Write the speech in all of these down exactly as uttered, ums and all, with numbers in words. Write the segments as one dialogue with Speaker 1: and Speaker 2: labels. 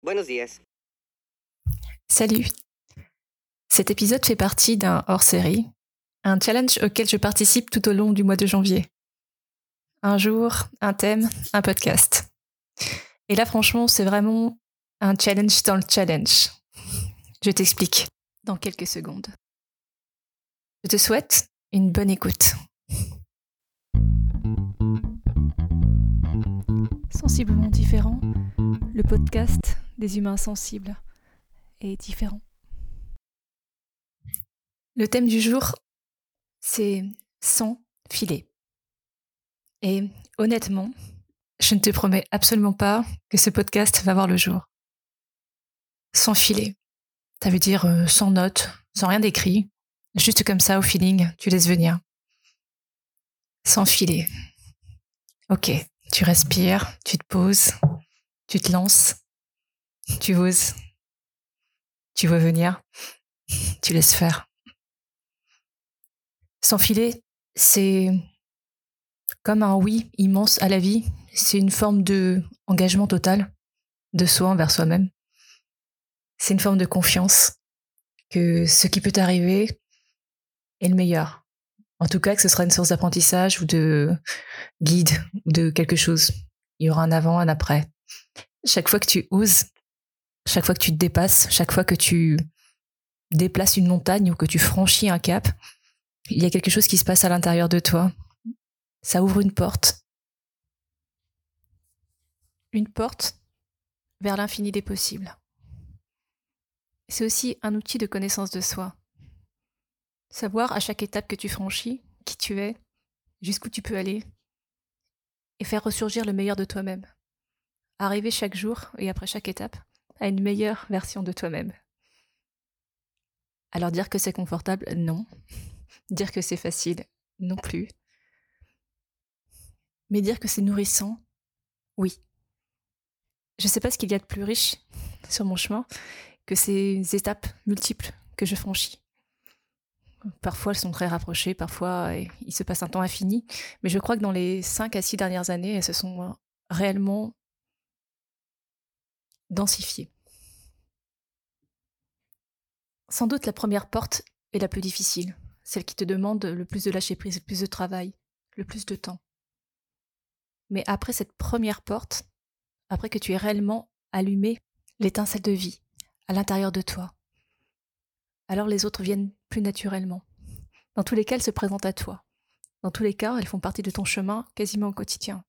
Speaker 1: Buenos días.
Speaker 2: Salut. Cet épisode fait partie d'un hors-série, un challenge auquel je participe tout au long du mois de janvier. Un jour, un thème, un podcast. Et là, franchement, c'est vraiment un challenge dans le challenge. Je t'explique dans quelques secondes. Je te souhaite une bonne écoute. Sensiblement différent, le podcast des humains sensibles est différent. Le thème du jour, c'est sans filet. Et honnêtement, je ne te promets absolument pas que ce podcast va voir le jour. Sans filet. Ça veut dire euh, sans notes, sans rien d'écrit, juste comme ça au feeling, tu laisses venir. Sans filet. Ok, tu respires, tu te poses, tu te lances, tu oses, tu vois venir, tu laisses faire. Sans filet, c'est comme un oui immense à la vie, c'est une forme de engagement total de soi envers soi-même. C'est une forme de confiance que ce qui peut t'arriver est le meilleur. En tout cas, que ce sera une source d'apprentissage ou de guide ou de quelque chose. Il y aura un avant, un après. Chaque fois que tu oses, chaque fois que tu te dépasses, chaque fois que tu déplaces une montagne ou que tu franchis un cap, il y a quelque chose qui se passe à l'intérieur de toi. Ça ouvre une porte. Une porte vers l'infini des possibles. C'est aussi un outil de connaissance de soi. Savoir à chaque étape que tu franchis, qui tu es, jusqu'où tu peux aller, et faire ressurgir le meilleur de toi-même. Arriver chaque jour et après chaque étape à une meilleure version de toi-même. Alors dire que c'est confortable, non. Dire que c'est facile, non plus. Mais dire que c'est nourrissant, oui. Je ne sais pas ce qu'il y a de plus riche sur mon chemin que ces étapes multiples que je franchis. Parfois, elles sont très rapprochées, parfois, il se passe un temps infini. Mais je crois que dans les cinq à six dernières années, elles se sont réellement densifiées. Sans doute la première porte est la plus difficile, celle qui te demande le plus de lâcher prise, le plus de travail, le plus de temps. Mais après cette première porte, après que tu aies réellement allumé l'étincelle de vie à l'intérieur de toi, alors les autres viennent plus naturellement. Dans tous les cas, elles se présentent à toi. Dans tous les cas, elles font partie de ton chemin quasiment au quotidien.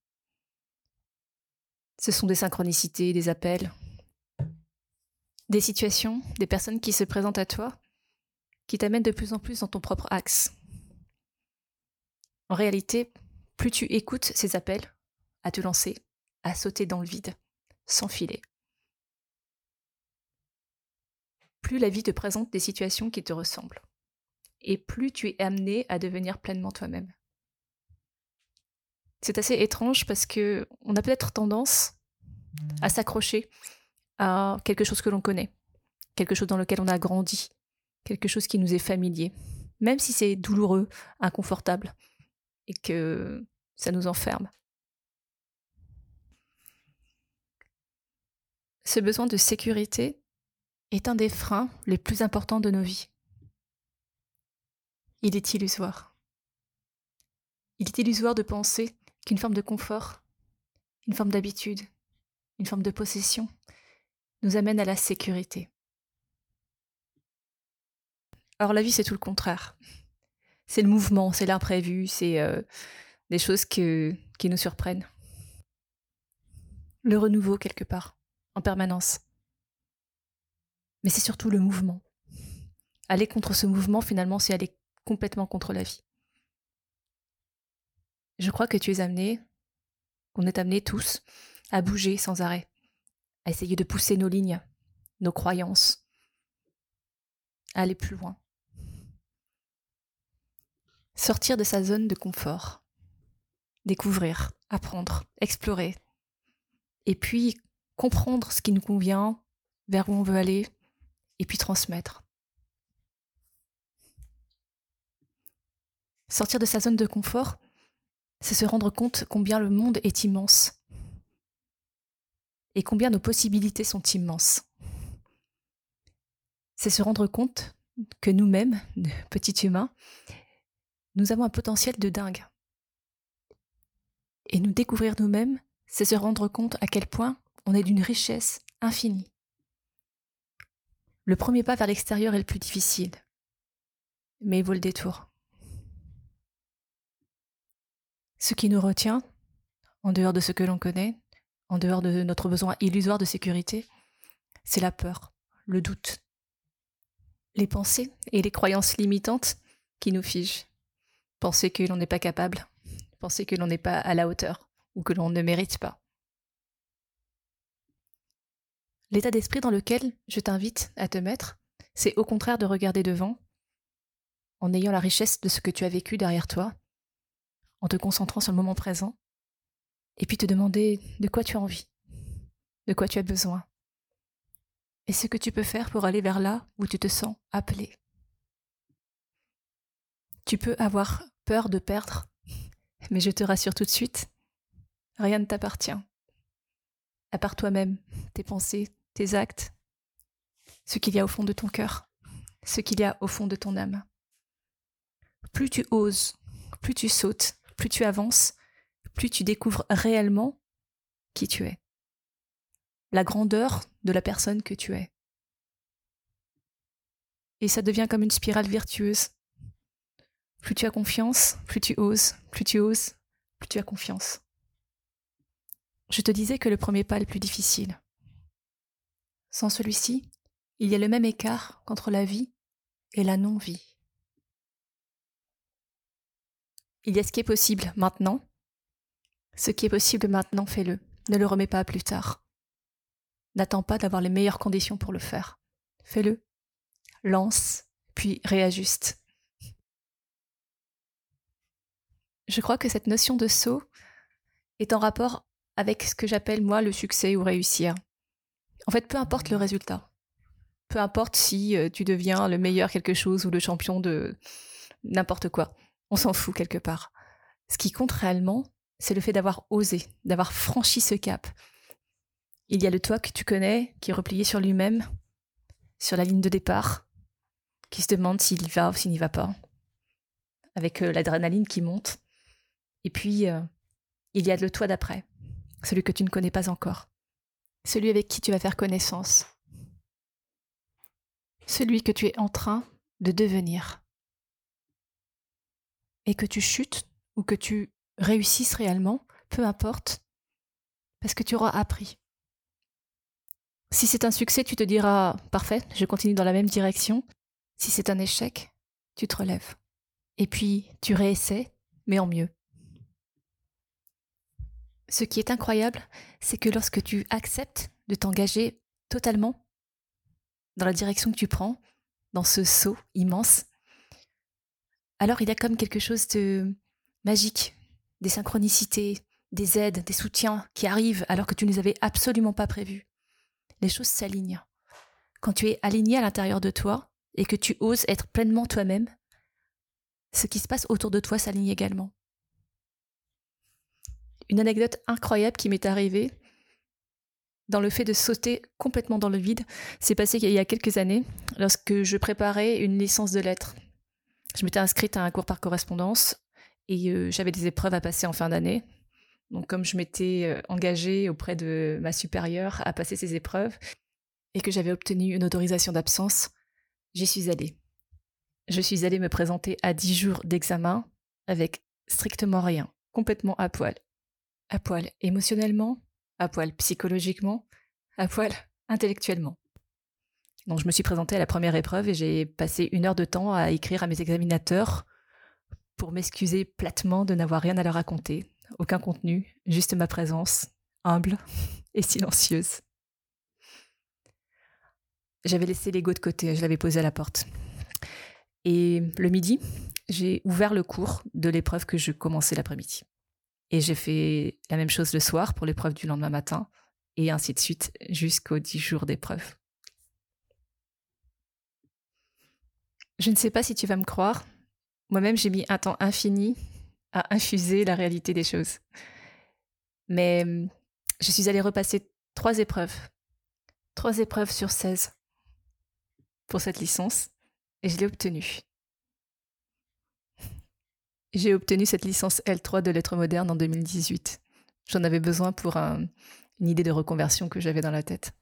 Speaker 2: Ce sont des synchronicités, des appels, des situations, des personnes qui se présentent à toi, qui t'amènent de plus en plus dans ton propre axe. En réalité, plus tu écoutes ces appels à te lancer, à sauter dans le vide, sans filet, plus la vie te présente des situations qui te ressemblent, et plus tu es amené à devenir pleinement toi-même. C'est assez étrange parce que on a peut-être tendance à s'accrocher à quelque chose que l'on connaît, quelque chose dans lequel on a grandi, quelque chose qui nous est familier, même si c'est douloureux, inconfortable, et que ça nous enferme. Ce besoin de sécurité est un des freins les plus importants de nos vies. Il est illusoire. Il est illusoire de penser qu'une forme de confort, une forme d'habitude, une forme de possession nous amène à la sécurité. Or, la vie, c'est tout le contraire. C'est le mouvement, c'est l'imprévu, c'est euh, des choses que, qui nous surprennent. Le renouveau, quelque part, en permanence. Mais c'est surtout le mouvement. Aller contre ce mouvement, finalement, c'est aller complètement contre la vie. Je crois que tu es amené, qu'on est amenés tous, à bouger sans arrêt, à essayer de pousser nos lignes, nos croyances, à aller plus loin. Sortir de sa zone de confort, découvrir, apprendre, explorer, et puis comprendre ce qui nous convient, vers où on veut aller, et puis transmettre. Sortir de sa zone de confort, c'est se rendre compte combien le monde est immense. et combien nos possibilités sont immenses. C'est se rendre compte que nous-mêmes, petits humains, nous avons un potentiel de dingue. Et nous découvrir nous-mêmes, c'est se rendre compte à quel point on est d'une richesse infinie. Le premier pas vers l'extérieur est le plus difficile, mais il vaut le détour. Ce qui nous retient, en dehors de ce que l'on connaît, en dehors de notre besoin illusoire de sécurité, c'est la peur, le doute, les pensées et les croyances limitantes qui nous figent. Penser que l'on n'est pas capable, penser que l'on n'est pas à la hauteur ou que l'on ne mérite pas. L'état d'esprit dans lequel je t'invite à te mettre, c'est au contraire de regarder devant, en ayant la richesse de ce que tu as vécu derrière toi, en te concentrant sur le moment présent, et puis te demander de quoi tu as envie, de quoi tu as besoin, et ce que tu peux faire pour aller vers là où tu te sens appelé. Tu peux avoir peur de perdre, mais je te rassure tout de suite, rien ne t'appartient. À part toi-même, tes pensées, tes actes, ce qu'il y a au fond de ton cœur, ce qu'il y a au fond de ton âme. Plus tu oses, plus tu sautes, plus tu avances, plus tu découvres réellement qui tu es. La grandeur de la personne que tu es. Et ça devient comme une spirale vertueuse. Plus tu as confiance, plus tu oses, plus tu oses, plus tu as confiance. Je te disais que le premier pas est le plus difficile. Sans celui-ci, il y a le même écart qu'entre la vie et la non-vie. Il y a ce qui est possible maintenant. Ce qui est possible maintenant, fais-le. Ne le remets pas à plus tard. N'attends pas d'avoir les meilleures conditions pour le faire. Fais-le. Lance, puis réajuste. Je crois que cette notion de saut est en rapport avec ce que j'appelle moi le succès ou réussir. En fait, peu importe le résultat. Peu importe si tu deviens le meilleur quelque chose ou le champion de n'importe quoi. On s'en fout quelque part. Ce qui compte réellement, c'est le fait d'avoir osé, d'avoir franchi ce cap. Il y a le toi que tu connais, qui est replié sur lui-même, sur la ligne de départ, qui se demande s'il y va ou s'il n'y va pas, avec euh, l'adrénaline qui monte. Et puis, euh, il y a le toi d'après, celui que tu ne connais pas encore, celui avec qui tu vas faire connaissance, celui que tu es en train de devenir. Et que tu chutes ou que tu réussisses réellement, peu importe, parce que tu auras appris. Si c'est un succès, tu te diras « Parfait, je continue dans la même direction ». Si c'est un échec, tu te relèves. Et puis, tu réessaies, mais en mieux. Ce qui est incroyable, c'est que lorsque tu acceptes de t'engager totalement dans la direction que tu prends, dans ce saut immense, alors il y a comme quelque chose de magique, des synchronicités, des aides, des soutiens qui arrivent alors que tu ne les avais absolument pas prévus. Les choses s'alignent. Quand tu es aligné à l'intérieur de toi et que tu oses être pleinement toi-même, ce qui se passe autour de toi s'aligne également. Une anecdote incroyable qui m'est arrivée dans le fait de sauter complètement dans le vide, s'est passé il y a quelques années lorsque je préparais une licence de lettres. Je m'étais inscrite à un cours par correspondance et euh, j'avais des épreuves à passer en fin d'année. Donc comme je m'étais euh, engagée auprès de ma supérieure à passer ces épreuves et que j'avais obtenu une autorisation d'absence, j'y suis allée. Je suis allée me présenter à dix jours d'examen avec strictement rien, complètement à poil. À poil émotionnellement, à poil psychologiquement, à poil intellectuellement. Donc je me suis présentée à la première épreuve et j'ai passé une heure de temps à écrire à mes examinateurs pour m'excuser platement de n'avoir rien à leur raconter, aucun contenu, juste ma présence, humble et silencieuse. J'avais laissé l'ego de côté, je l'avais posé à la porte. Et le midi, j'ai ouvert le cours de l'épreuve que je commençais l'après-midi. Et j'ai fait la même chose le soir pour l'épreuve du lendemain matin, et ainsi de suite jusqu'aux dix jours d'épreuve. Je ne sais pas si tu vas me croire, moi-même j'ai mis un temps infini à infuser la réalité des choses. Mais je suis allée repasser trois épreuves. Trois épreuves sur seize pour cette licence et je l'ai obtenue. J'ai obtenu cette licence L trois de lettres modernes en deux mille dix-huit. J'en avais besoin pour un, une idée de reconversion que j'avais dans la tête.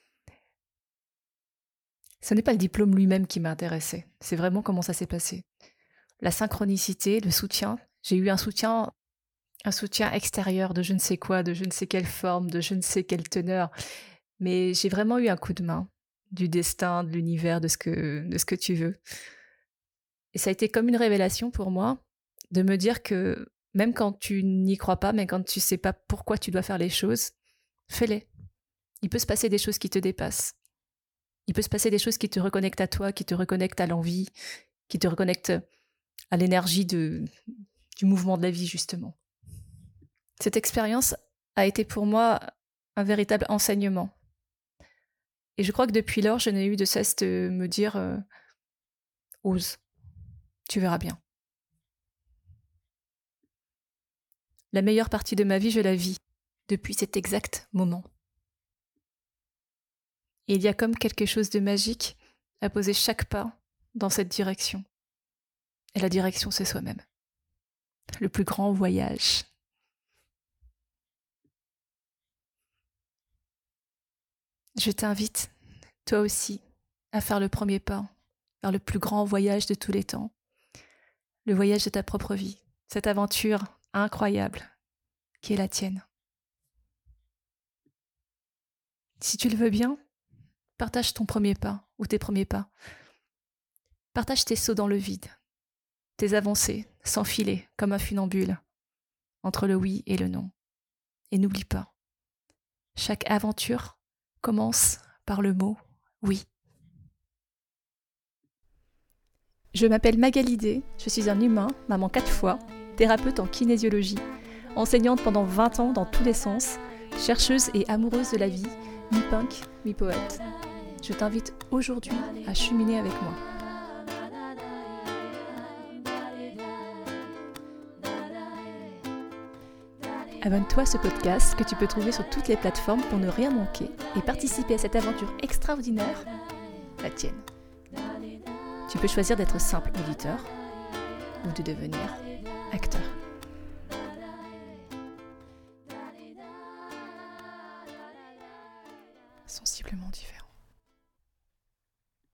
Speaker 2: Ce n'est pas le diplôme lui-même qui m'a intéressée, c'est vraiment comment ça s'est passé. La synchronicité, le soutien. J'ai eu un soutien, un soutien extérieur de je ne sais quoi, de je ne sais quelle forme, de je ne sais quelle teneur. Mais j'ai vraiment eu un coup de main du destin, de l'univers, de ce que, de ce que tu veux. Et ça a été comme une révélation pour moi de me dire que même quand tu n'y crois pas, même quand tu ne sais pas pourquoi tu dois faire les choses, fais-les. Il peut se passer des choses qui te dépassent. Il peut se passer des choses qui te reconnectent à toi, qui te reconnectent à l'envie, qui te reconnectent à l'énergie de, du mouvement de la vie, justement. Cette expérience a été pour moi un véritable enseignement. Et je crois que depuis lors, je n'ai eu de cesse de me dire euh, « ose, tu verras bien ». La meilleure partie de ma vie, je la vis depuis cet exact moment. Et il y a comme quelque chose de magique à poser chaque pas dans cette direction. Et la direction, c'est soi-même. Le plus grand voyage. Je t'invite, toi aussi, à faire le premier pas vers le plus grand voyage de tous les temps. Le voyage de ta propre vie. Cette aventure incroyable qui est la tienne. Si tu le veux bien, partage ton premier pas ou tes premiers pas. Partage tes sauts dans le vide, tes avancées sans filer comme un funambule entre le oui et le non. Et n'oublie pas, chaque aventure commence par le mot oui. Je m'appelle Magali Day, je suis un humain, maman quatre fois, thérapeute en kinésiologie, enseignante pendant vingt ans dans tous les sens, chercheuse et amoureuse de la vie, mi-punk, mi-poète. Je t'invite aujourd'hui à cheminer avec moi. Abonne-toi à ce podcast que tu peux trouver sur toutes les plateformes pour ne rien manquer et participer à cette aventure extraordinaire, la tienne. Tu peux choisir d'être simple auditeur ou de devenir acteur.